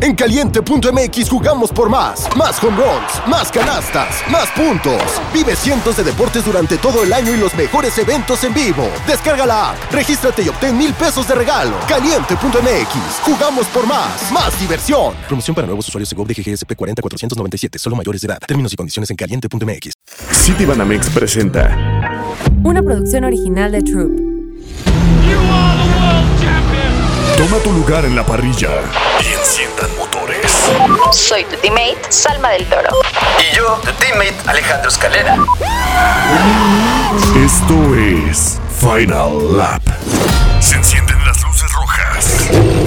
En Caliente.mx jugamos por más. Más home runs, más canastas, más puntos. Vive cientos de deportes durante todo el año y los mejores eventos en vivo. Descarga la app, regístrate y obtén $1,000 de regalo. Caliente.mx, jugamos por más. Más diversión. Promoción para nuevos usuarios de GOV de GGSP 40497, solo mayores de edad. Términos y condiciones en Caliente.mx. Citibanamex presenta una producción original de Troop. Toma tu lugar en la parrilla y enciendan motores. Soy tu teammate, Salma del Toro. Y yo, tu teammate, Alejandro Escalera. Esto es Final Lap. Se encienden las luces rojas.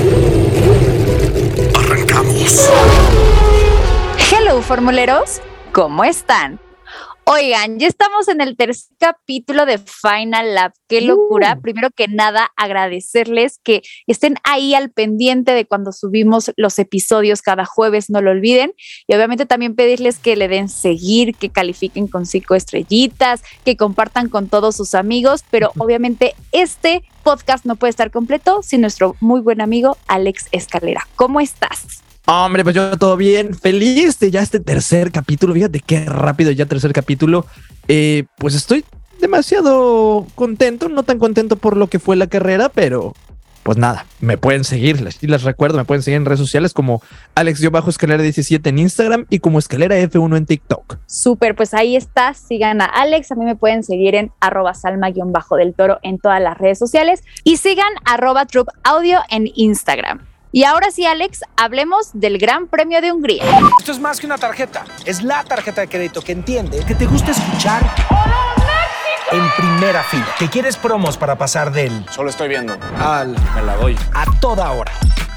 Arrancamos. Hello, formuleros. ¿Cómo están? Oigan, ya estamos en el tercer capítulo de Final Lap. ¡Qué locura! Primero que nada, agradecerles que estén ahí al pendiente de cuando subimos los episodios cada jueves, no lo olviden. Y obviamente también pedirles que le den seguir, que califiquen con 5 estrellitas, que compartan con todos sus amigos. Pero obviamente este podcast no puede estar completo sin nuestro muy buen amigo Alex Escalera. ¿Cómo estás? Hombre, pues yo todo bien, feliz de ya este tercer capítulo. Fíjate qué rápido ya tercer capítulo. Pues estoy demasiado contento, no tan contento por lo que fue la carrera, pero pues nada, me pueden seguir, les recuerdo, me pueden seguir en redes sociales como Alex-Escalera17 en Instagram y como Escalera F1 en TikTok. Súper, pues ahí está, sigan a Alex, a mí me pueden seguir en @Salma_del Toro en todas las redes sociales y sigan @TroopAudio en Instagram. Y ahora sí, Alex, hablemos del Gran Premio de Hungría. Esto es más que una tarjeta, es la tarjeta de crédito que entiende que te gusta escuchar en primera fila, que quieres promos para pasar del Solo estoy viendo. al Me la doy. a toda hora.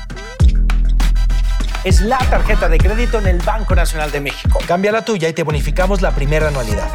Es la tarjeta de crédito en el Banco Nacional de México. Cambia la tuya y te bonificamos la primera anualidad.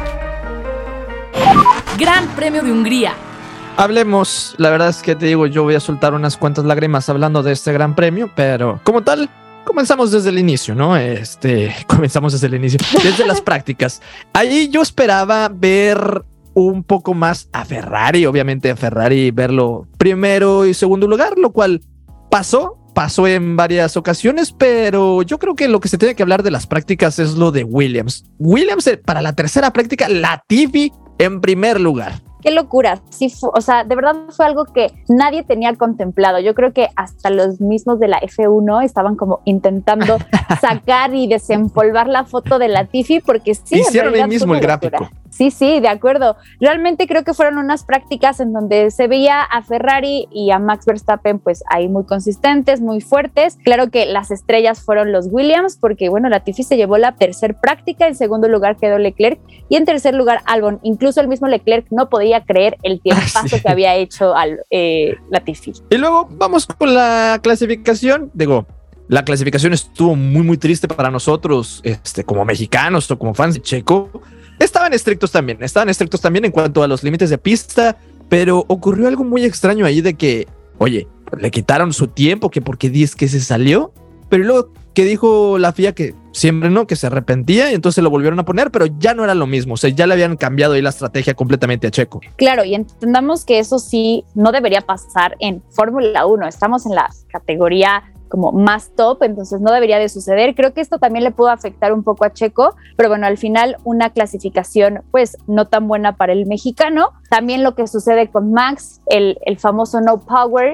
Gran Premio de Hungría. Hablemos, la verdad es que te digo, yo voy a soltar unas cuantas lágrimas hablando de este gran premio, pero como tal, comenzamos desde el inicio, ¿no? Comenzamos desde el inicio, desde las prácticas. Ahí yo esperaba ver un poco más a Ferrari, obviamente a Ferrari verlo primero y segundo lugar, lo cual pasó en varias ocasiones, pero yo creo que lo que se tiene que hablar de las prácticas es lo de Williams. Williams para la tercera práctica, Latifi en primer lugar. Qué locura, sí, o sea, de verdad fue algo que nadie tenía contemplado. Yo creo que hasta los mismos de la F1 estaban como intentando sacar y desempolvar la foto de Latifi porque sí, hicieron ahí mismo el gráfico. Sí, de acuerdo. Realmente creo que fueron unas prácticas en donde se veía a Ferrari y a Max Verstappen pues ahí muy consistentes, muy fuertes. Claro que las estrellas fueron los Williams porque bueno, Latifi se llevó la tercer práctica, en segundo lugar quedó Leclerc y en tercer lugar Albon. Incluso el mismo Leclerc no podía creer el tiempazo que había hecho Latifi. Y luego vamos con la clasificación. Digo, la clasificación estuvo muy triste para nosotros, como mexicanos o como fans de Checo. Estaban estrictos también en cuanto a los límites de pista, pero ocurrió algo muy extraño ahí de que, oye, le quitaron su tiempo, que porque dice que se salió, pero luego que dijo la FIA que siempre no, que se arrepentía y entonces lo volvieron a poner, pero ya no era lo mismo, o sea, ya le habían cambiado ahí la estrategia completamente a Checo. Claro, y entendamos que eso sí no debería pasar en Fórmula 1, estamos en la categoría como más top, entonces no debería de suceder. Creo que esto también le pudo afectar un poco a Checo, pero bueno, al final una clasificación pues no tan buena para el mexicano. También lo que sucede con Max, el famoso no power,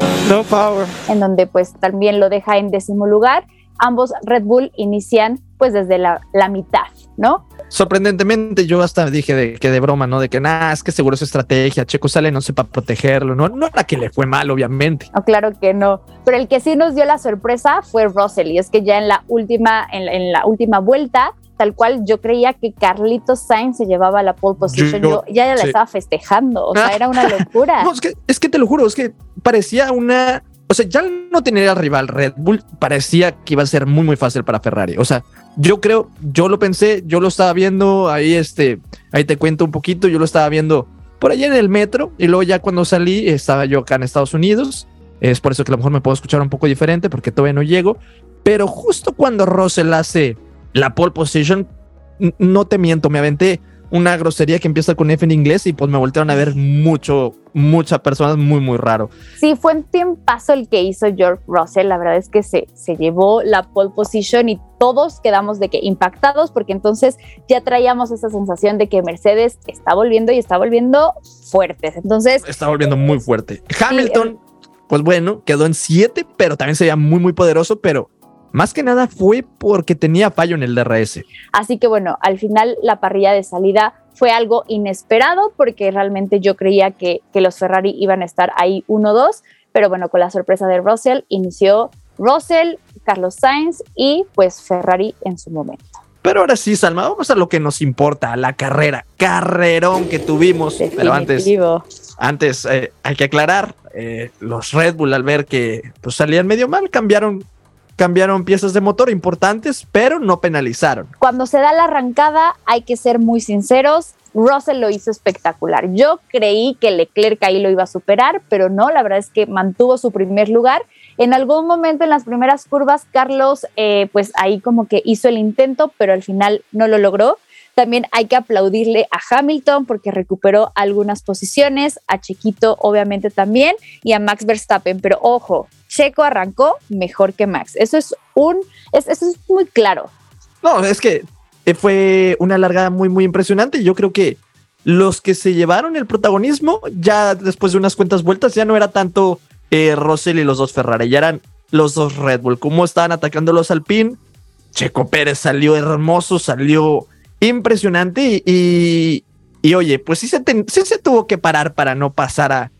en donde pues también lo deja en 10º lugar. Ambos Red Bull inician pues desde la mitad, ¿no? Sorprendentemente yo hasta dije que de broma, ¿no? De que es que seguro es estrategia, Checo sale no sé para protegerlo, no era que le fue mal, obviamente. No, claro que no, pero el que sí nos dio la sorpresa fue Russell, y es que ya en la última vuelta, tal cual yo creía que Carlitos Sainz se llevaba la pole position, yo ya la estaba festejando, o sea, era una locura. No, es que te lo juro, es que parecía una... O sea, ya no tener al rival Red Bull parecía que iba a ser muy fácil para Ferrari. O sea, yo lo pensé, yo lo estaba viendo ahí, ahí te cuento un poquito, yo lo estaba viendo por allá en el metro y luego ya cuando salí estaba yo acá en Estados Unidos. Es por eso que a lo mejor me puedo escuchar un poco diferente porque todavía no llego. Pero justo cuando Russell hace la pole position, no te miento, me aventé una grosería que empieza con F en inglés y pues me voltearon a ver mucho muchas personas muy, muy raro. Sí, fue un tiempazo el que hizo George Russell. La verdad es que se llevó la pole position y todos quedamos de que impactados, porque entonces ya traíamos esa sensación de que Mercedes está volviendo y está volviendo fuertes. Entonces está volviendo muy fuerte. Hamilton, pues bueno, quedó en 7, pero también se veía muy, muy poderoso, pero más que nada fue porque tenía fallo en el DRS. Así que bueno, al final la parrilla de salida fue algo inesperado, porque realmente yo creía que los Ferrari iban a estar ahí 1-2, pero bueno, con la sorpresa de Russell, inició Russell, Carlos Sainz y pues Ferrari en su momento. Pero ahora sí, Salma, vamos a lo que nos importa, a la carrera. Carrerón que tuvimos. Definitivo. Pero antes hay que aclarar, los Red Bull, al ver que pues, salían medio mal, cambiaron piezas de motor importantes, pero no penalizaron. Cuando se da la arrancada, hay que ser muy sinceros, Russell lo hizo espectacular. Yo creí que Leclerc ahí lo iba a superar, pero no, la verdad es que mantuvo su primer lugar. En algún momento en las primeras curvas, Carlos, pues ahí como que hizo el intento, pero al final no lo logró. También hay que aplaudirle a Hamilton porque recuperó algunas posiciones, a Chequito obviamente también y a Max Verstappen, pero ojo, Checo arrancó mejor que Max. Eso es muy claro. No, es que fue una largada muy, muy impresionante y yo creo que los que se llevaron el protagonismo ya después de unas cuantas vueltas ya no era tanto Russell y los dos Ferrari, ya eran los dos Red Bull. Cómo estaban atacando los Alpine. Checo Pérez salió hermoso, salió impresionante y oye, pues sí se tuvo que parar para no pasar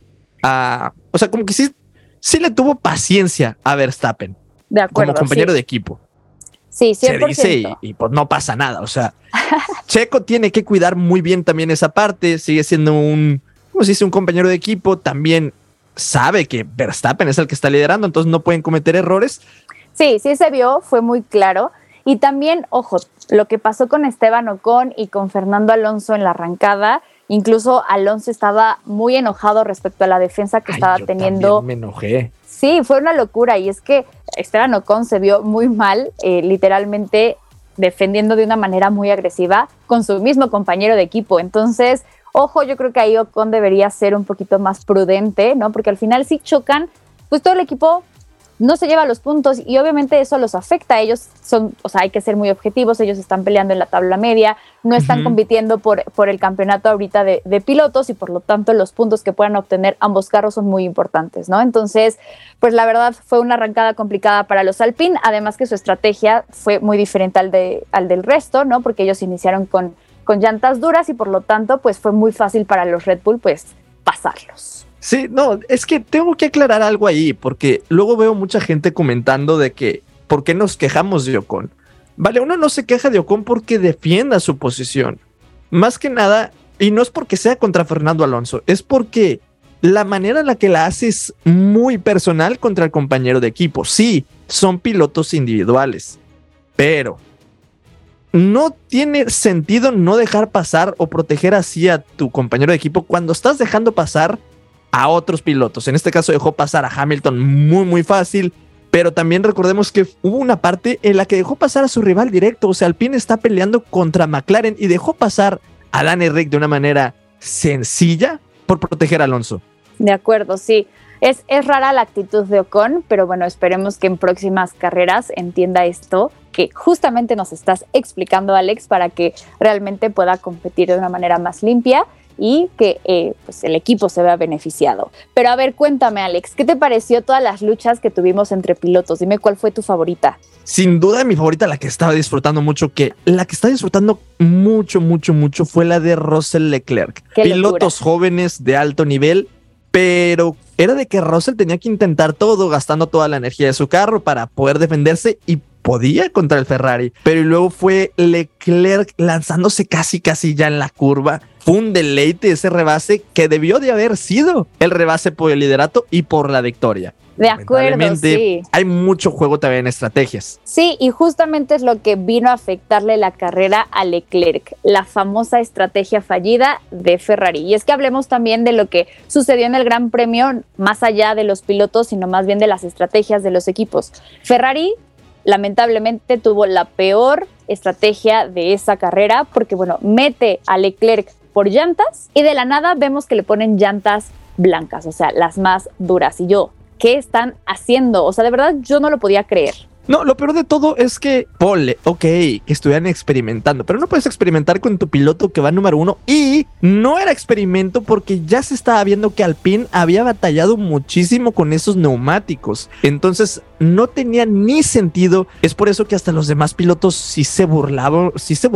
o sea, como que sí le tuvo paciencia a Verstappen. De acuerdo. Como compañero sí. de equipo. Sí, 100%. Se dice y pues no pasa nada, o sea, Checo tiene que cuidar muy bien también esa parte, sigue siendo un compañero de equipo, también sabe que Verstappen es el que está liderando, entonces no pueden cometer errores. Sí se vio, fue muy claro. Y también, ojo, lo que pasó con Esteban Ocon y con Fernando Alonso en la arrancada, incluso Alonso estaba muy enojado respecto a la defensa que estaba teniendo. También me enojé. Sí, fue una locura y es que Esteban Ocon se vio muy mal, literalmente defendiendo de una manera muy agresiva con su mismo compañero de equipo. Entonces, ojo, yo creo que ahí Ocon debería ser un poquito más prudente, ¿no? Porque al final si chocan, pues todo el equipo no se lleva los puntos y obviamente eso los afecta. Ellos hay que ser muy objetivos, ellos están peleando en la tabla media, no están compitiendo por el campeonato ahorita de pilotos y por lo tanto los puntos que puedan obtener ambos carros son muy importantes, ¿no? Entonces, pues la verdad fue una arrancada complicada para los Alpine, además que su estrategia fue muy diferente al del resto, ¿no? Porque ellos iniciaron con llantas duras y por lo tanto, pues fue muy fácil para los Red Bull, pues, pasarlos. Sí, no, es que tengo que aclarar algo ahí, porque luego veo mucha gente comentando de que ¿por qué nos quejamos de Ocon? Vale, uno no se queja de Ocon porque defienda su posición. Más que nada, y no es porque sea contra Fernando Alonso, es porque la manera en la que la hace es muy personal contra el compañero de equipo. Sí, son pilotos individuales, pero no tiene sentido no dejar pasar o proteger así a tu compañero de equipo cuando estás dejando pasar a otros pilotos. En este caso dejó pasar a Hamilton muy, muy fácil, pero también recordemos que hubo una parte en la que dejó pasar a su rival directo. O sea, Alpine está peleando contra McLaren y dejó pasar a Danny Ric de una manera sencilla por proteger a Alonso. De acuerdo, sí. Es rara la actitud de Ocon, pero bueno, esperemos que en próximas carreras entienda esto que justamente nos estás explicando, Alex, para que realmente pueda competir de una manera más limpia y que pues el equipo se vea beneficiado. Pero a ver, cuéntame, Alex, ¿qué te pareció todas las luchas que tuvimos entre pilotos? Dime cuál fue tu favorita. Sin duda mi favorita, la que estaba disfrutando mucho, mucho fue la de Russell Leclerc. Pilotos jóvenes de alto nivel, pero era de que Russell tenía que intentar todo, gastando toda la energía de su carro para poder defenderse y podía contra el Ferrari, pero luego fue Leclerc lanzándose casi ya en la curva. Fue un deleite ese rebase que debió de haber sido el rebase por el liderato y por la victoria. De acuerdo, sí. Hay mucho juego también en estrategias. Sí, y justamente es lo que vino a afectarle la carrera a Leclerc, la famosa estrategia fallida de Ferrari. Y es que hablemos también de lo que sucedió en el Gran Premio, más allá de los pilotos, sino más bien de las estrategias de los equipos. Ferrari lamentablemente tuvo la peor estrategia de esa carrera porque, bueno, mete a Leclerc por llantas y de la nada vemos que le ponen llantas blancas, o sea, las más duras. Y yo, ¿qué están haciendo? O sea, de verdad yo no lo podía creer. No, lo peor de todo es que, que estuvieran experimentando, pero no puedes experimentar con tu piloto que va número 1 y no era experimento porque ya se estaba viendo que Alpine había batallado muchísimo con esos neumáticos. Entonces no tenía ni sentido. Es por eso que hasta los demás pilotos sí se burlaron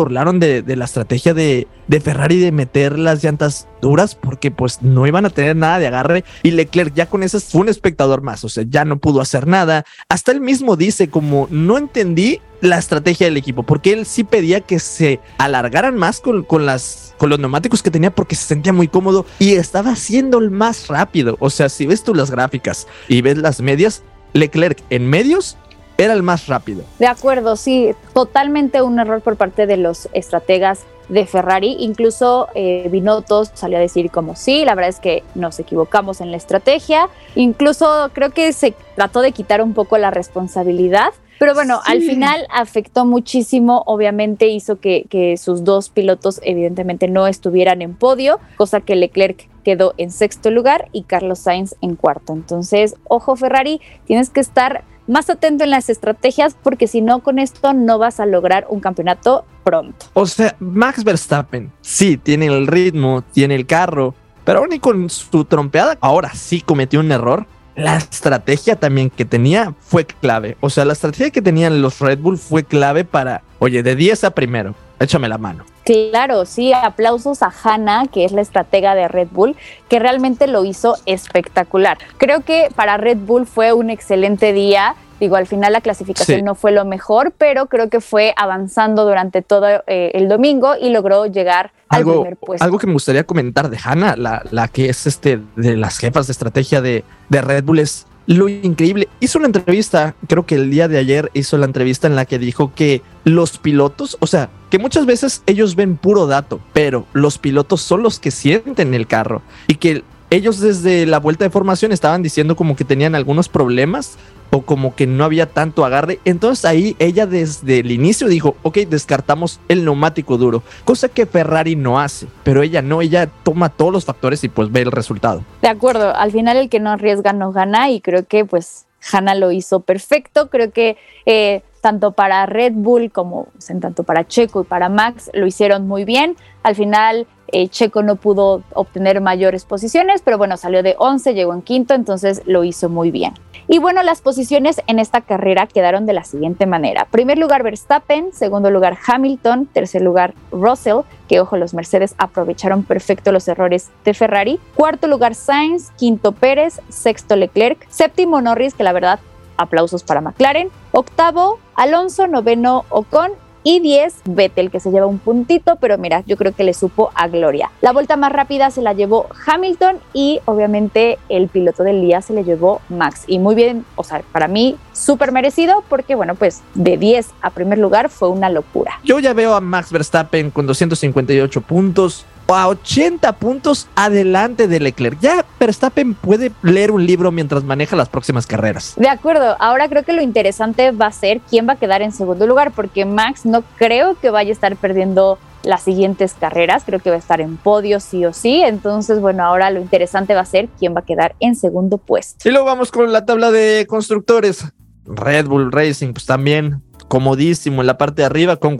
de la estrategia de Ferrari de meter las llantas duras porque pues no iban a tener nada de agarre y Leclerc ya con esas fue un espectador más, o sea, ya no pudo hacer nada. Hasta él mismo dice como no entendí la estrategia del equipo porque él sí pedía que se alargaran más con los neumáticos que tenía porque se sentía muy cómodo y estaba siendo el más rápido. O sea, si ves tú las gráficas y ves las medias, Leclerc en medios era el más rápido. De acuerdo, sí, totalmente un error por parte de los estrategas de Ferrari. Incluso Binotto salió a decir como sí, la verdad es que nos equivocamos en la estrategia. Incluso creo que se trató de quitar un poco la responsabilidad. Pero bueno, sí. Al final afectó muchísimo, obviamente hizo que sus dos pilotos evidentemente no estuvieran en podio, cosa que Leclerc quedó en sexto lugar y Carlos Sainz en cuarto. Entonces, ojo Ferrari, tienes que estar más atento en las estrategias porque si no, con esto no vas a lograr un campeonato pronto. O sea, Max Verstappen sí tiene el ritmo, tiene el carro, pero aún y con su trompeada, ahora sí cometió un error. La estrategia también que tenía fue clave. O sea, la estrategia que tenían los Red Bull fue clave para, oye, de 10 a primero, échame la mano. Claro, sí, aplausos a Hannah, que es la estratega de Red Bull, que realmente lo hizo espectacular. Creo que para Red Bull fue un excelente día. Digo, al final la clasificación no fue lo mejor, pero creo que fue avanzando durante todo el domingo y logró llegar al primer puesto. Algo que me gustaría comentar de Hannah, la que es de las jefas de estrategia de Red Bull, es lo increíble. Hizo una entrevista, creo que el día de ayer hizo la entrevista en la que dijo que los pilotos, o sea, que muchas veces ellos ven puro dato, pero los pilotos son los que sienten el carro y que ellos desde la vuelta de formación estaban diciendo como que tenían algunos problemas o como que no había tanto agarre. Entonces ahí ella desde el inicio dijo, ok, descartamos el neumático duro, cosa que Ferrari no hace, pero ella no, ella toma todos los factores y pues ve el resultado. De acuerdo, al final el que no arriesga no gana y creo que pues Hannah lo hizo perfecto. Creo que tanto para Red Bull como tanto para Checo y para Max lo hicieron muy bien. Al final Checo no pudo obtener mayores posiciones, pero bueno, salió de 11, llegó en quinto, entonces lo hizo muy bien. Y bueno, las posiciones en esta carrera quedaron de la siguiente manera. Primer lugar Verstappen, segundo lugar Hamilton, tercer lugar Russell, que ojo, los Mercedes aprovecharon perfecto los errores de Ferrari. Cuarto lugar Sainz, quinto Pérez, sexto Leclerc, séptimo Norris, que la verdad, aplausos para McLaren. Octavo Alonso, noveno Ocon y 10 Vettel, que se lleva un puntito, pero mira, yo creo que le supo a gloria. La vuelta más rápida se la llevó Hamilton y obviamente el piloto del día se le llevó Max. Y muy bien, o sea, para mí súper merecido porque bueno, pues de 10 a primer lugar fue una locura. Yo ya veo a Max Verstappen con 258 puntos, a 80 puntos adelante de Leclerc. Ya Verstappen puede leer un libro mientras maneja las próximas carreras. De acuerdo, ahora creo que lo interesante va a ser quién va a quedar en segundo lugar, porque Max no creo que vaya a estar perdiendo las siguientes carreras, creo que va a estar en podio sí o sí. Entonces bueno, ahora lo interesante va a ser quién va a quedar en segundo puesto. Y luego vamos con la tabla de constructores. Red Bull Racing pues también comodísimo en la parte de arriba con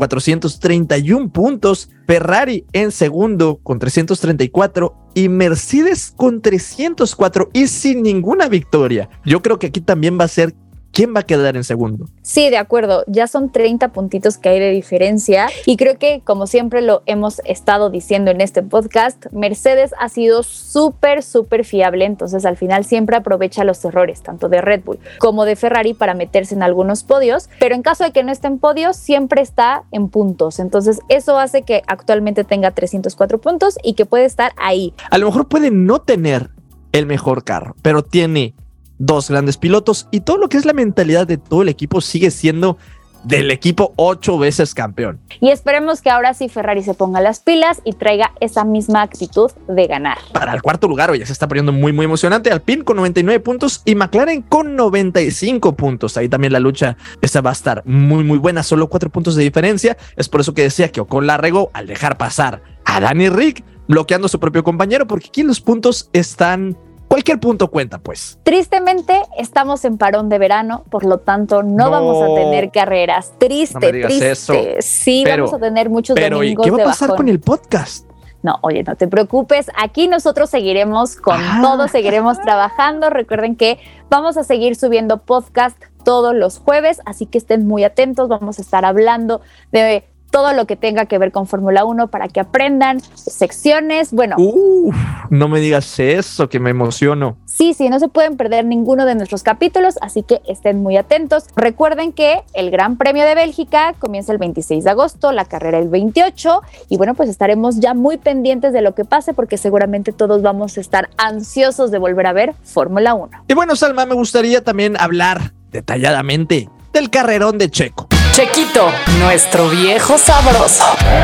431 puntos, Ferrari en segundo con 334 y Mercedes con 304 y sin ninguna victoria. Yo creo que aquí también va a ser quién va a quedar en segundo. Sí, de acuerdo, ya son 30 puntitos que hay de diferencia y creo que como siempre lo hemos estado diciendo en este podcast, Mercedes ha sido súper fiable, entonces al final siempre aprovecha los errores tanto de Red Bull como de Ferrari para meterse en algunos podios, pero en caso de que no esté en podios siempre está en puntos, entonces eso hace que actualmente tenga 304 puntos y que puede estar ahí. A lo mejor puede no tener el mejor carro, pero tiene dos grandes pilotos y todo lo que es la mentalidad de todo el equipo sigue siendo del equipo 8 veces campeón. Y esperemos que ahora sí Ferrari se ponga las pilas y traiga esa misma actitud de ganar. Para el cuarto lugar, oye, se está poniendo muy emocionante. Alpine con 99 puntos y McLaren con 95 puntos. Ahí también la lucha esa va a estar muy buena, solo 4 puntos de diferencia. Es por eso que decía que Ocon la regó al dejar pasar a Danny Rick, bloqueando a su propio compañero, porque aquí los puntos están cualquier punto cuenta, pues. Tristemente, estamos en parón de verano, por lo tanto, no vamos a tener carreras. Triste, no me digas triste. Eso. Sí, vamos a tener muchos domingos de bajón. ¿Qué va a pasar con el podcast? No, oye, no te preocupes. Aquí nosotros seguiremos con todo, seguiremos trabajando. Recuerden que vamos a seguir subiendo podcast todos los jueves, así que estén muy atentos. Vamos a estar hablando de todo lo que tenga que ver con Fórmula 1 para que aprendan secciones. Bueno. No me digas eso, que me emociono. Sí, no se pueden perder ninguno de nuestros capítulos, así que estén muy atentos. Recuerden que el Gran Premio de Bélgica comienza el 26 de agosto, la carrera el 28, y bueno, pues estaremos ya muy pendientes de lo que pase porque seguramente todos vamos a estar ansiosos de volver a ver Fórmula 1. Y bueno, Salma, me gustaría también hablar detalladamente del carrerón de Checo. Chequito, nuestro viejo sabroso.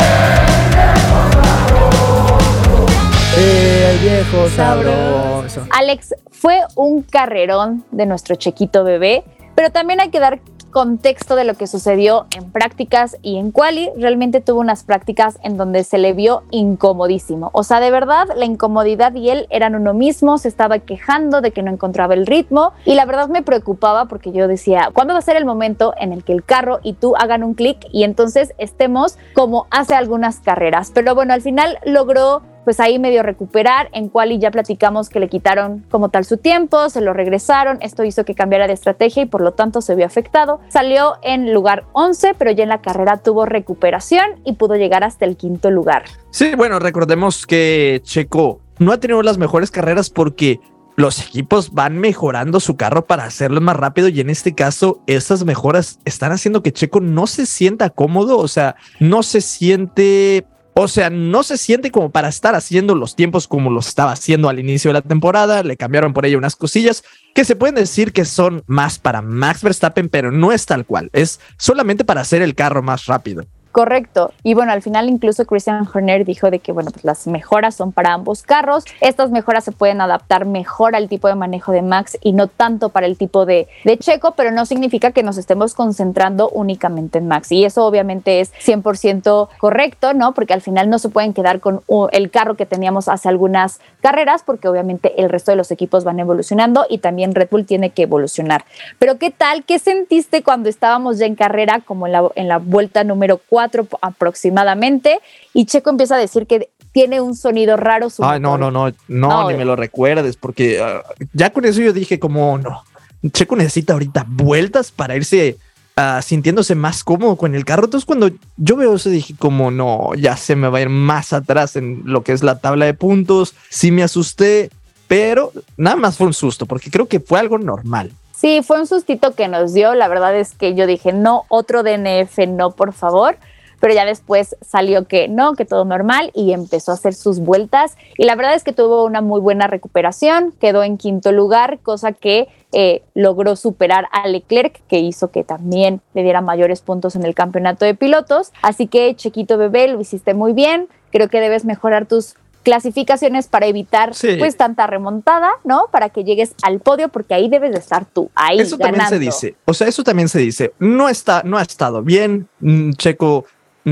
El viejo sabroso. Alex, fue un carrerón de nuestro Chequito bebé, pero también hay que dar contexto de lo que sucedió en prácticas y en quali. Realmente tuvo unas prácticas en donde se le vio incomodísimo. O sea, de verdad, la incomodidad y él eran uno mismo, se estaba quejando de que no encontraba el ritmo y la verdad me preocupaba porque yo decía, ¿cuándo va a ser el momento en el que el carro y tú hagan un clic y entonces estemos como hace algunas carreras? Pero bueno, al final logró pues ahí medio recuperar. En quali ya platicamos que le quitaron como tal su tiempo, se lo regresaron, esto hizo que cambiara de estrategia y por lo tanto se vio afectado. Salió en lugar 11, pero ya en la carrera tuvo recuperación y pudo llegar hasta el 5º lugar. Sí, bueno, recordemos que Checo no ha tenido las mejores carreras porque los equipos van mejorando su carro para hacerlo más rápido y en este caso esas mejoras están haciendo que Checo no se sienta cómodo, o sea, no se siente como para estar haciendo los tiempos como los estaba haciendo al inicio de la temporada. Le cambiaron por ello unas cosillas que se pueden decir que son más para Max Verstappen, pero no es tal cual, es solamente para hacer el carro más rápido. Correcto. Y bueno, al final incluso Christian Horner dijo de que bueno, pues las mejoras son para ambos carros. Estas mejoras se pueden adaptar mejor al tipo de manejo de Max y no tanto para el tipo de Checo, pero no significa que nos estemos concentrando únicamente en Max. Y eso obviamente es 100% correcto, ¿no? Porque al final no se pueden quedar con el carro que teníamos hace algunas carreras, porque obviamente el resto de los equipos van evolucionando y también Red Bull tiene que evolucionar. Pero ¿qué tal? ¿Qué sentiste cuando estábamos ya en carrera, como en la vuelta número 4 aproximadamente, y Checo empieza a decir que tiene un sonido raro? Ay, no, ni me lo recuerdes, porque ya con eso yo dije como no, Checo necesita ahorita vueltas para irse sintiéndose más cómodo con el carro. Entonces cuando yo veo eso dije como no, ya se me va a ir más atrás en lo que es la tabla de puntos. Sí me asusté, pero nada más fue un susto, porque creo que fue algo normal. Sí, fue un sustito que nos dio. La verdad es que yo dije, no, otro DNF, no, por favor. Pero ya después salió que no, que todo normal y empezó a hacer sus vueltas. Y la verdad es que tuvo una muy buena recuperación. Quedó en 5º lugar, cosa que logró superar a Leclerc, que hizo que también le diera mayores puntos en el campeonato de pilotos. Así que, Chequito bebé, lo hiciste muy bien. Creo que debes mejorar tus clasificaciones para evitar pues tanta remontada, ¿no? Para que llegues al podio, porque ahí debes de estar tú, ahí eso ganando. También se dice, o sea, eso también se dice, no ha estado bien, Checo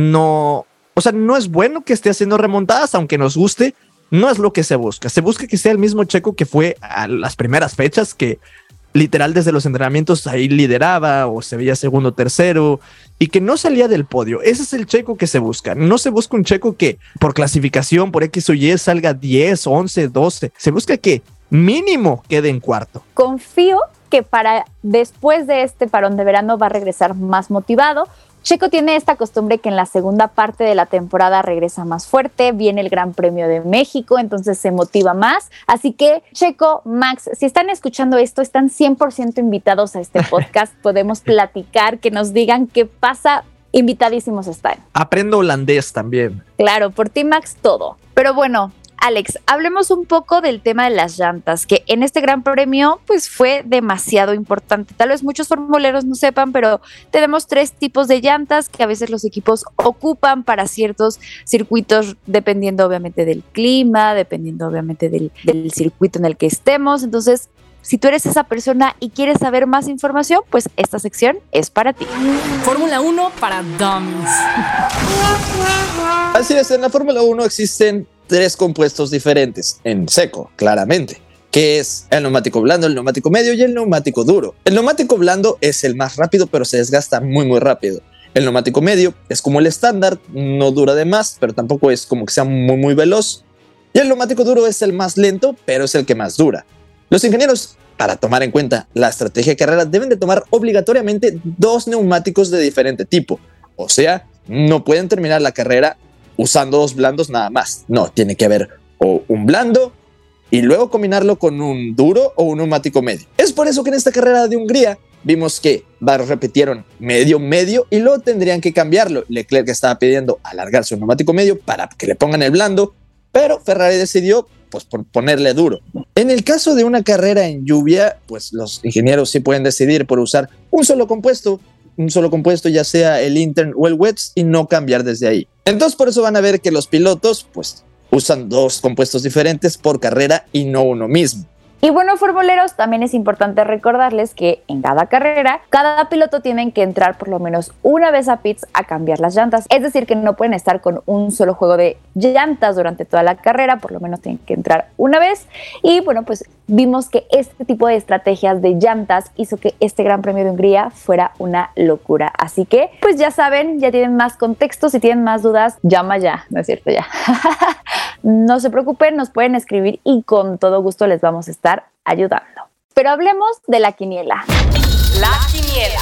no, o sea, no es bueno que esté haciendo remontadas, aunque nos guste, no es lo que se busca que sea el mismo Checo que fue a las primeras fechas, que literal desde los entrenamientos ahí lideraba o se veía segundo, tercero y que no salía del podio. Ese es el Checo que se busca. No se busca un Checo que por clasificación, por X o Y salga 10, 11, 12. Se busca que mínimo quede en 4º. Confío que para después de este parón de verano va a regresar más motivado. Checo tiene esta costumbre que en la segunda parte de la temporada regresa más fuerte, viene el Gran Premio de México, entonces se motiva más. Así que Checo, Max, si están escuchando esto, están 100% invitados a este podcast. Podemos platicar, que nos digan qué pasa. Invitadísimos están. Aprendo holandés también. Claro, por ti, Max, todo. Pero bueno, Alex, hablemos un poco del tema de las llantas, que en este Gran Premio pues fue demasiado importante. Tal vez muchos formuleros no sepan, pero tenemos 3 tipos de llantas que a veces los equipos ocupan para ciertos circuitos, dependiendo obviamente del clima, dependiendo obviamente del circuito en el que estemos. Entonces, si tú eres esa persona y quieres saber más información, pues esta sección es para ti. Fórmula 1 para dummies. Así es, en la Fórmula 1 existen 3 compuestos diferentes, en seco, claramente, que es el neumático blando, el neumático medio y el neumático duro. El neumático blando es el más rápido, pero se desgasta muy rápido. El neumático medio es como el estándar, no dura de más, pero tampoco es como que sea muy veloz. Y el neumático duro es el más lento, pero es el que más dura. Los ingenieros, para tomar en cuenta la estrategia de carrera, deben de tomar obligatoriamente 2 neumáticos de diferente tipo. O sea, no pueden terminar la carrera usando 2 blandos nada más. No, tiene que haber o un blando y luego combinarlo con un duro o un neumático medio. Es por eso que en esta carrera de Hungría vimos que repitieron medio y luego tendrían que cambiarlo. Leclerc estaba pidiendo alargar su neumático medio para que le pongan el blando, pero Ferrari decidió pues por ponerle duro. En el caso de una carrera en lluvia, pues los ingenieros sí pueden decidir por usar un solo compuesto, ya sea el intern o el wets, y no cambiar desde ahí. Entonces por eso van a ver que los pilotos pues usan 2 compuestos diferentes por carrera y no uno mismo. Y bueno, formuleros, también es importante recordarles que en cada carrera, cada piloto tiene que entrar por lo menos una vez a pits a cambiar las llantas. Es decir, que no pueden estar con un solo juego de llantas durante toda la carrera, por lo menos tienen que entrar una vez. Y bueno, pues vimos que este tipo de estrategias de llantas hizo que este Gran Premio de Hungría fuera una locura. Así que, pues ya saben, ya tienen más contexto. Si tienen más dudas, llama ya, ¿no es cierto? Ya. No se preocupen, nos pueden escribir y con todo gusto les vamos a estar ayudando. Pero hablemos de la quiniela. La quiniela.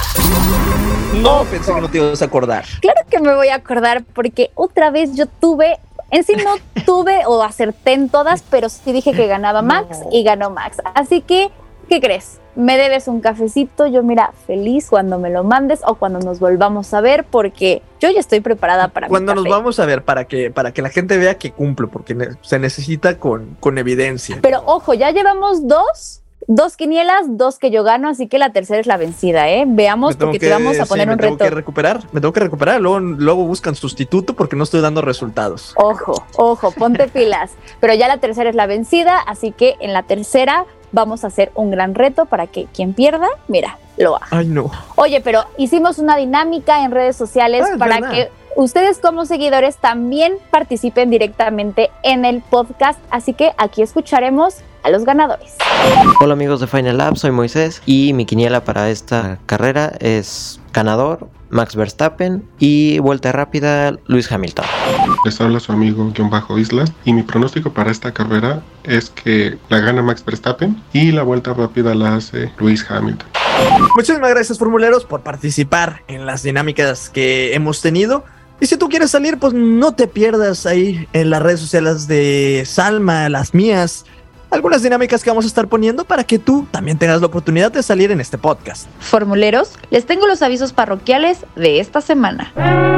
No, pensé que no te ibas a acordar. Claro que me voy a acordar porque otra vez yo tuve, en sí no tuve o acerté en todas, pero sí dije que ganaba Max y ganó Max. Así que, ¿qué crees? Me debes un cafecito, yo mira, feliz cuando me lo mandes o cuando nos volvamos a ver, porque yo ya estoy preparada para cuando mi café. Nos vamos a ver, para que la gente vea que cumplo, porque se necesita con evidencia. Pero ojo, ya llevamos dos quinielas, 2 que yo gano, así que la tercera es la vencida, ¿eh? Veamos, porque te vamos a poner un reto. Me tengo que recuperar, luego buscan sustituto porque no estoy dando resultados. Ojo, ponte pilas. Pero ya la tercera es la vencida, así que en la tercera vamos a hacer un gran reto para que quien pierda, mira, lo haga. Ay, no. Oye, pero hicimos una dinámica en redes sociales para que ustedes como seguidores también participen directamente en el podcast, así que aquí escucharemos a los ganadores. Hola amigos de Final Lap, soy Moisés y mi quiniela para esta carrera es ganador Max Verstappen y vuelta rápida Lewis Hamilton. Les habla su amigo _Islas y mi pronóstico para esta carrera es que la gana Max Verstappen y la vuelta rápida la hace Lewis Hamilton. Muchísimas gracias, formuleros, por participar en las dinámicas que hemos tenido. Y si tú quieres salir, pues no te pierdas ahí en las redes sociales de Salma, las mías, algunas dinámicas que vamos a estar poniendo para que tú también tengas la oportunidad de salir en este podcast. Formuleros, les tengo los avisos parroquiales de esta semana.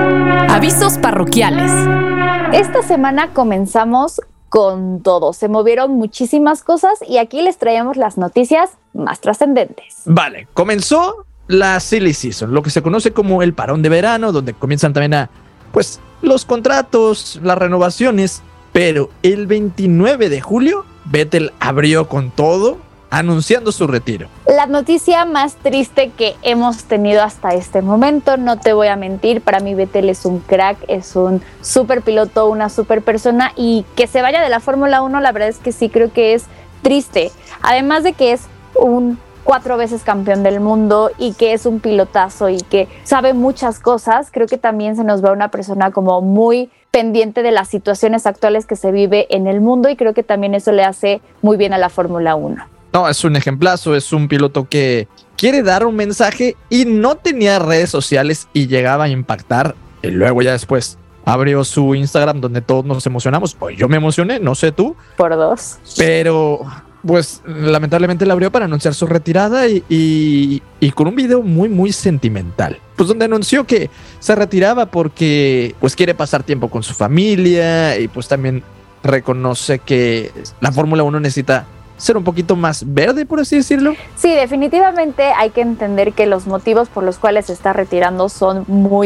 Avisos parroquiales. Esta semana comenzamos con todo. Se movieron muchísimas cosas y aquí les traemos las noticias más trascendentes. Vale, comenzó la Silly Season, lo que se conoce como el parón de verano, donde comienzan también pues los contratos, las renovaciones, pero el 29 de julio Vettel abrió con todo, anunciando su retiro. La noticia más triste que hemos tenido hasta este momento, no te voy a mentir, para mí Vettel es un crack, es un super piloto, una super persona, y que se vaya de la Fórmula 1, la verdad es que sí creo que es triste, además de que es un 4 veces campeón del mundo y que es un pilotazo y que sabe muchas cosas. Creo que también se nos ve una persona como muy pendiente de las situaciones actuales que se vive en el mundo y creo que también eso le hace muy bien a la Fórmula 1. No, es un ejemplazo, es un piloto que quiere dar un mensaje y no tenía redes sociales y llegaba a impactar. Y luego ya después abrió su Instagram donde todos nos emocionamos. Pues yo me emocioné, no sé tú. Por 2. Pero pues lamentablemente la abrió para anunciar su retirada y con un video muy sentimental, pues donde anunció que se retiraba porque pues quiere pasar tiempo con su familia y pues también reconoce que la Fórmula 1 necesita ser un poquito más verde, por así decirlo. Sí, definitivamente hay que entender que los motivos por los cuales se está retirando son muy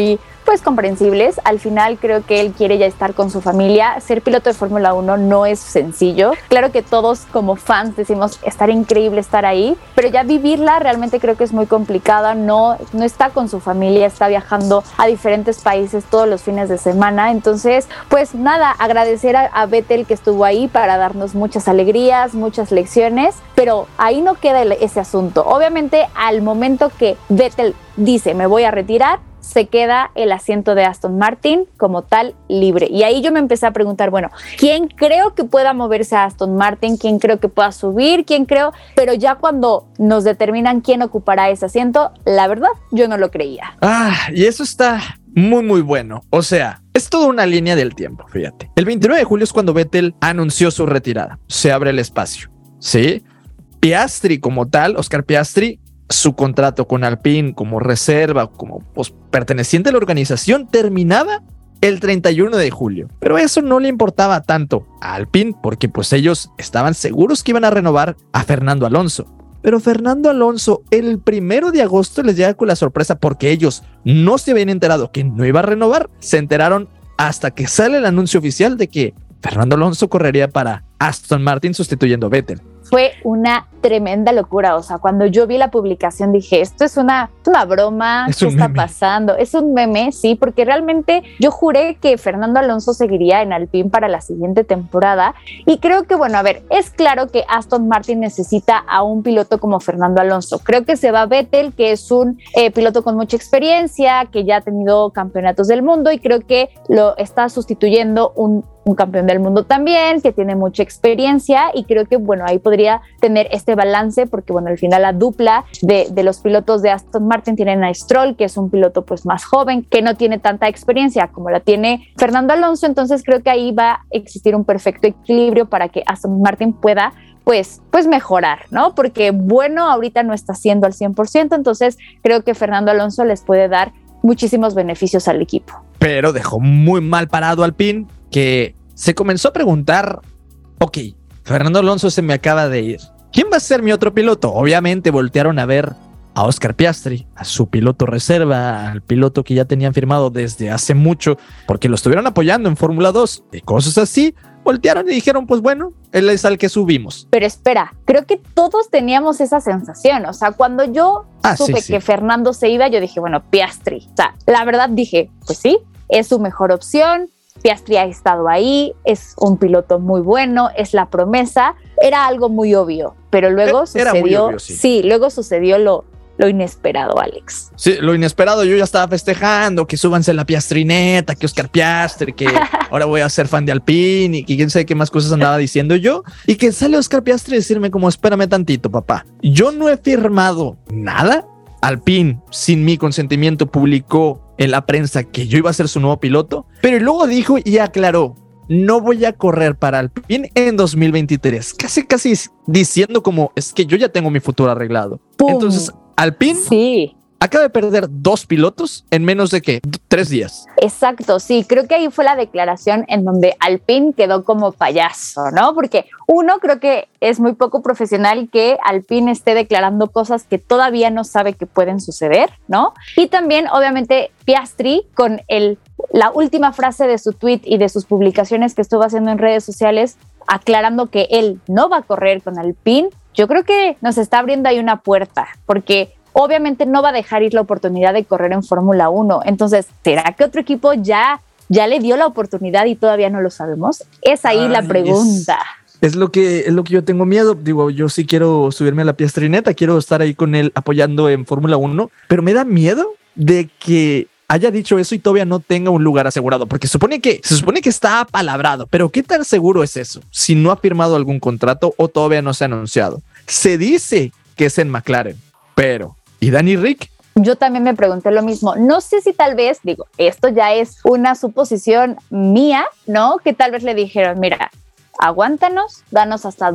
pues comprensibles. Al final creo que él quiere ya estar con su familia. Ser piloto de Fórmula 1 no es sencillo. Claro que todos como fans decimos estar increíble estar ahí, pero ya vivirla realmente creo que es muy complicada. No está con su familia, está viajando a diferentes países todos los fines de semana. Entonces, pues nada, agradecer a Vettel que estuvo ahí para darnos muchas alegrías, muchas lecciones, pero ahí no queda ese asunto. Obviamente, al momento que Vettel dice me voy a retirar, se queda el asiento de Aston Martin como tal libre. Y ahí yo me empecé a preguntar, bueno, ¿quién creo que pueda moverse a Aston Martin? ¿Quién creo que pueda subir? ¿Quién creo? Pero ya cuando nos determinan quién ocupará ese asiento, la verdad, yo no lo creía. Y eso está muy, muy bueno. O sea, es toda una línea del tiempo, fíjate. El 29 de julio es cuando Vettel anunció su retirada. Se abre el espacio, ¿sí? Piastri como tal, Oscar Piastri, su contrato con Alpine como reserva, como perteneciente a la organización, terminaba el 31 de julio. Pero eso no le importaba tanto a Alpine porque pues ellos estaban seguros que iban a renovar a Fernando Alonso. Pero Fernando Alonso el 1 de agosto les llega con la sorpresa porque ellos no se habían enterado que no iba a renovar. Se enteraron hasta que sale el anuncio oficial de que Fernando Alonso correría para Aston Martin sustituyendo a Vettel. Fue una tremenda locura. O sea, cuando yo vi la publicación dije, esto es una broma, ¿qué está pasando? Es un meme, sí, porque realmente yo juré que Fernando Alonso seguiría en Alpine para la siguiente temporada. Y creo que, bueno, a ver, es claro que Aston Martin necesita a un piloto como Fernando Alonso. Creo que se va Vettel, que es un piloto con mucha experiencia, que ya ha tenido campeonatos del mundo y creo que lo está sustituyendo un campeón del mundo también, que tiene mucha experiencia y creo que, bueno, ahí podría tener este balance porque, bueno, al final la dupla de los pilotos de Aston Martin tienen a Stroll, que es un piloto pues más joven, que no tiene tanta experiencia como la tiene Fernando Alonso, entonces creo que ahí va a existir un perfecto equilibrio para que Aston Martin pueda pues mejorar, ¿no? Porque bueno, ahorita no está siendo al 100%, entonces creo que Fernando Alonso les puede dar muchísimos beneficios al equipo. Pero dejó muy mal parado Alpine, que se comenzó a preguntar, ok, Fernando Alonso se me acaba de ir, ¿quién va a ser mi otro piloto? Obviamente voltearon a ver a Oscar Piastri, a su piloto reserva, al piloto que ya tenían firmado desde hace mucho, porque lo estuvieron apoyando en Fórmula 2 y cosas así. Voltearon y dijeron, pues bueno, él es al que subimos. Pero espera, creo que todos teníamos esa sensación. O sea, cuando yo supe que Fernando se iba, yo dije, bueno, Piastri. O sea, la verdad dije, pues sí, es su mejor opción. Piastri ha estado ahí, es un piloto muy bueno, es la promesa. Era algo muy obvio, pero luego sucedió, obvio, sí, luego sucedió lo inesperado, Alex. Sí, lo inesperado, yo ya estaba festejando que súbanse la Piastrineta, que Oscar Piastri, que ahora voy a ser fan de Alpine y que quién sabe qué más cosas andaba diciendo yo, y que sale Oscar Piastri a decirme como, espérame tantito, papá, yo no he firmado nada. Alpine, sin mi consentimiento, publicó en la prensa que yo iba a ser su nuevo piloto, pero luego dijo y aclaró, no voy a correr para Alpine en 2023, casi diciendo como, es que yo ya tengo mi futuro arreglado. ¡Pum! Entonces Alpine acaba de perder 2 pilotos en menos de ¿qué? 3 días. Exacto, sí, creo que ahí fue la declaración en donde Alpine quedó como payaso, ¿no? Porque uno, creo que es muy poco profesional que Alpine esté declarando cosas que todavía no sabe que pueden suceder, ¿no? Y también, obviamente, Piastri con la última frase de su tweet y de sus publicaciones que estuvo haciendo en redes sociales, aclarando que él no va a correr con Alpine. Yo creo que nos está abriendo ahí una puerta, porque obviamente no va a dejar ir la oportunidad de correr en Fórmula 1. Entonces, ¿será que otro equipo ya le dio la oportunidad y todavía no lo sabemos? Es ahí la pregunta. Es lo que yo tengo miedo. Digo, yo sí quiero subirme a la Piastrineta, quiero estar ahí con él apoyando en Fórmula 1, pero me da miedo de que haya dicho eso y todavía no tenga un lugar asegurado, porque se supone que está apalabrado, pero ¿qué tan seguro es eso? Si no ha firmado algún contrato o todavía no se ha anunciado. Se dice que es en McLaren, pero ¿y Danny Rick? Yo también me pregunté lo mismo. No sé si tal vez, digo, esto ya es una suposición mía, ¿no? Que tal vez le dijeron, mira, aguántanos, danos hasta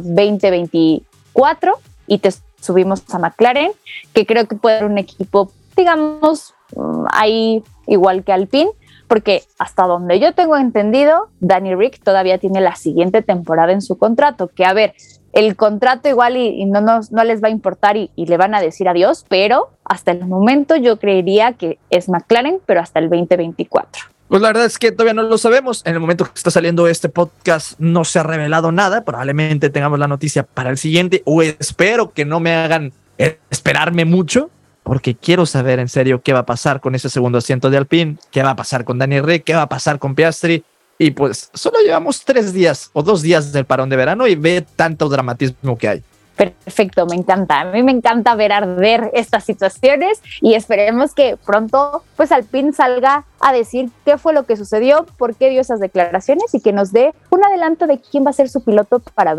2024 y te subimos a McLaren, que creo que puede ser un equipo, digamos, ahí igual que Alpine, porque hasta donde yo tengo entendido, Danny Rick todavía tiene la siguiente temporada en su contrato, que a ver, el contrato igual y no les va a importar y le van a decir adiós, pero hasta el momento yo creería que es McLaren, pero hasta el 2024. Pues la verdad es que todavía no lo sabemos. En el momento que está saliendo este podcast no se ha revelado nada. Probablemente tengamos la noticia para el siguiente, o espero que no me hagan esperarme mucho, porque quiero saber en serio qué va a pasar con ese segundo asiento de Alpine, qué va a pasar con Daniel Ricciardo, qué va a pasar con Piastri. Y pues solo llevamos 3 días o 2 días del parón de verano y ve tanto dramatismo que hay. Perfecto, me encanta. A mí me encanta ver arder estas situaciones y esperemos que pronto pues Alpine salga a decir qué fue lo que sucedió, por qué dio esas declaraciones y que nos dé un adelanto de quién va a ser su piloto para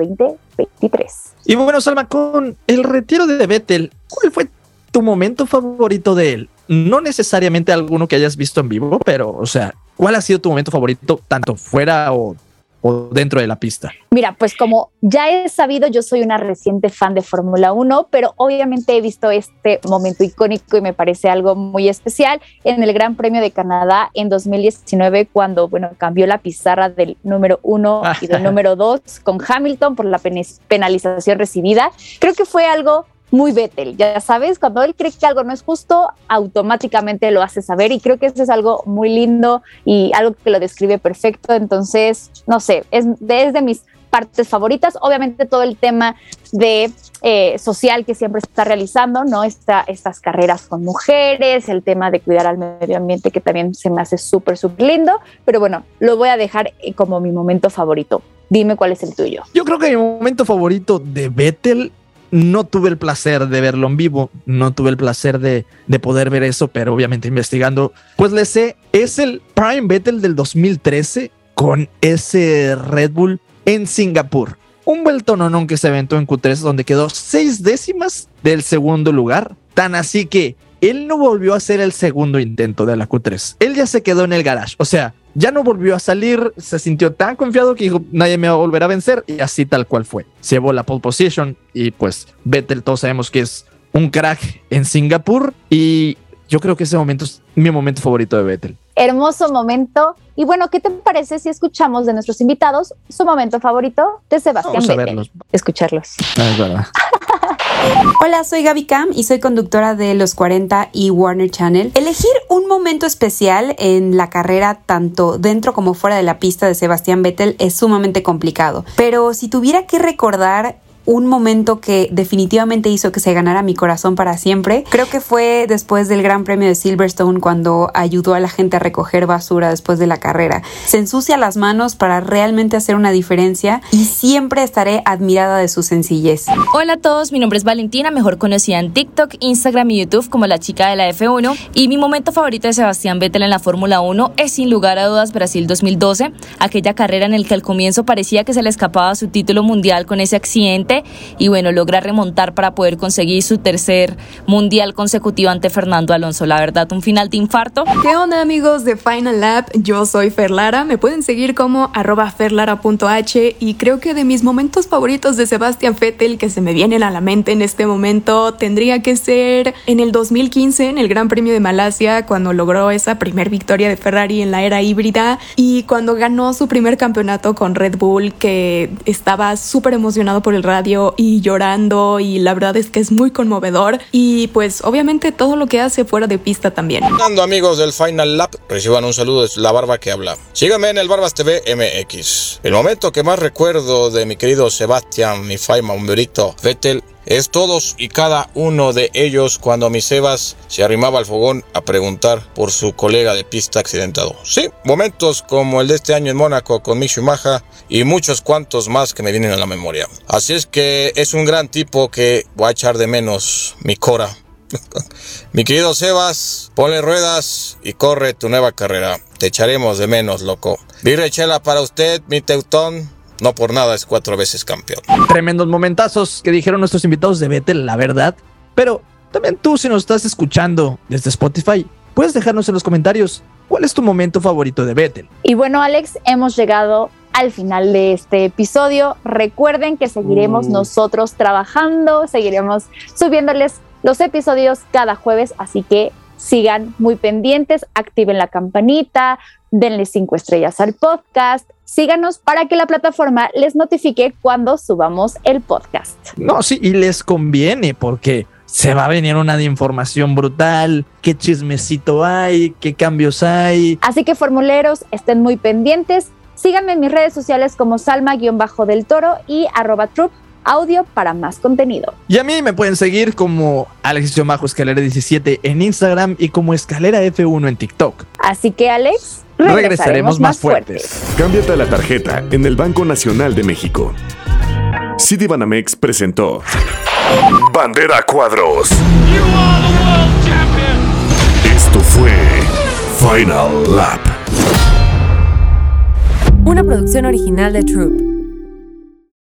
2023. Y bueno, Salma, con el retiro de Vettel, ¿cuál fue tu momento favorito de él? No necesariamente alguno que hayas visto en vivo, pero, o sea, ¿cuál ha sido tu momento favorito tanto fuera o dentro de la pista? Mira, pues como ya he sabido, yo soy una reciente fan de Fórmula 1, pero obviamente he visto este momento icónico y me parece algo muy especial en el Gran Premio de Canadá en 2019, cuando, bueno, cambió la pizarra del número 1 y del número 2 con Hamilton por la penalización recibida. Creo que fue algo muy Vettel, ya sabes, cuando él cree que algo no es justo, automáticamente lo hace saber, y creo que eso es algo muy lindo y algo que lo describe perfecto. Entonces, no sé, es de mis partes favoritas. Obviamente todo el tema de social que siempre está realizando, ¿no? Estas carreras con mujeres, el tema de cuidar al medio ambiente, que también se me hace súper, súper lindo, pero bueno, lo voy a dejar como mi momento favorito. Dime cuál es el tuyo. Yo creo que mi momento favorito de Vettel, no tuve el placer de verlo en vivo, no tuve el placer de poder ver eso, pero obviamente investigando, pues le sé, es el Prime Vettel del 2013 con ese Red Bull en Singapur. Un vueltononón que se aventó en Q3 donde quedó 6 décimas del segundo lugar, tan así que él no volvió a hacer el segundo intento de la Q3. Él ya se quedó en el garage, o sea, ya no volvió a salir, se sintió tan confiado que dijo, nadie me va a volver a vencer, y así tal cual fue. Se llevó la pole position y pues Vettel, todos sabemos que es un crack en Singapur, y yo creo que ese momento es mi momento favorito de Vettel. Hermoso momento. Y bueno, ¿qué te parece si escuchamos de nuestros invitados su momento favorito de Sebastián Vettel? Verlos. Escucharlos. Es verdad. Hola, soy Gaby Cam y soy conductora de Los 40 y Warner Channel. Elegir un momento especial en la carrera, tanto dentro como fuera de la pista de Sebastián Vettel, es sumamente complicado. Pero si tuviera que recordar un momento que definitivamente hizo que se ganara mi corazón para siempre, creo que fue después del Gran Premio de Silverstone, cuando ayudó a la gente a recoger basura después de la carrera. Se ensucia las manos para realmente hacer una diferencia y siempre estaré admirada de su sencillez. Hola a todos, mi nombre es Valentina, mejor conocida en TikTok, Instagram y YouTube como la chica de la F1, y mi momento favorito de Sebastián Vettel en la Fórmula 1 es sin lugar a dudas Brasil 2012, aquella carrera en la que al comienzo parecía que se le escapaba su título mundial con ese accidente, y bueno, logra remontar para poder conseguir su tercer mundial consecutivo ante Fernando Alonso. La verdad, un final de infarto. ¿Qué onda, amigos de Final Lap? Yo soy Fer Lara, me pueden seguir como @ferlara.h, y creo que de mis momentos favoritos de Sebastián Vettel que se me vienen a la mente en este momento tendría que ser en el 2015 en el Gran Premio de Malasia, cuando logró esa primer victoria de Ferrari en la era híbrida y cuando ganó su primer campeonato con Red Bull, que estaba súper emocionado por el radio y llorando, y la verdad es que es muy conmovedor, y pues obviamente todo lo que hace fuera de pista también. Amigos del Final Lap, reciban un saludo de la Barba que habla. Síganme en el Barbas TV MX. El momento que más recuerdo de mi querido Sebastián, mi favorito Vettel, es todos y cada uno de ellos cuando mi Sebas se arrimaba al fogón a preguntar por su colega de pista accidentado. Sí, momentos como el de este año en Mónaco con Mick Schumacher y muchos cuantos más que me vienen a la memoria. Así es que es un gran tipo que voy a echar de menos, mi Cora. Mi querido Sebas, ponle ruedas y corre tu nueva carrera. Te echaremos de menos, loco. Birrechela para usted, mi Teutón. No por nada es 4 veces campeón. Tremendos momentazos que dijeron nuestros invitados de Vettel, la verdad. Pero también tú, si nos estás escuchando desde Spotify, puedes dejarnos en los comentarios cuál es tu momento favorito de Vettel. Y bueno, Alex, hemos llegado al final de este episodio. Recuerden que seguiremos nosotros trabajando, seguiremos subiéndoles los episodios cada jueves, así que sigan muy pendientes, activen la campanita, denle 5 estrellas al podcast, síganos para que la plataforma les notifique cuando subamos el podcast. No, sí, y les conviene porque se va a venir una de información brutal, qué chismecito hay, qué cambios hay. Así que formuleros, estén muy pendientes, síganme en mis redes sociales como Salma-del Toro y @troop-audio para más contenido. Y a mí me pueden seguir como Alex-Escalera17 en Instagram y como Escalera F1 en TikTok. Así que Alex, regresaremos más fuertes. Cámbiate a la tarjeta en el Banco Nacional de México. Citibanamex presentó Bandera Cuadros. Esto fue Final Lap. Una producción original de Troop.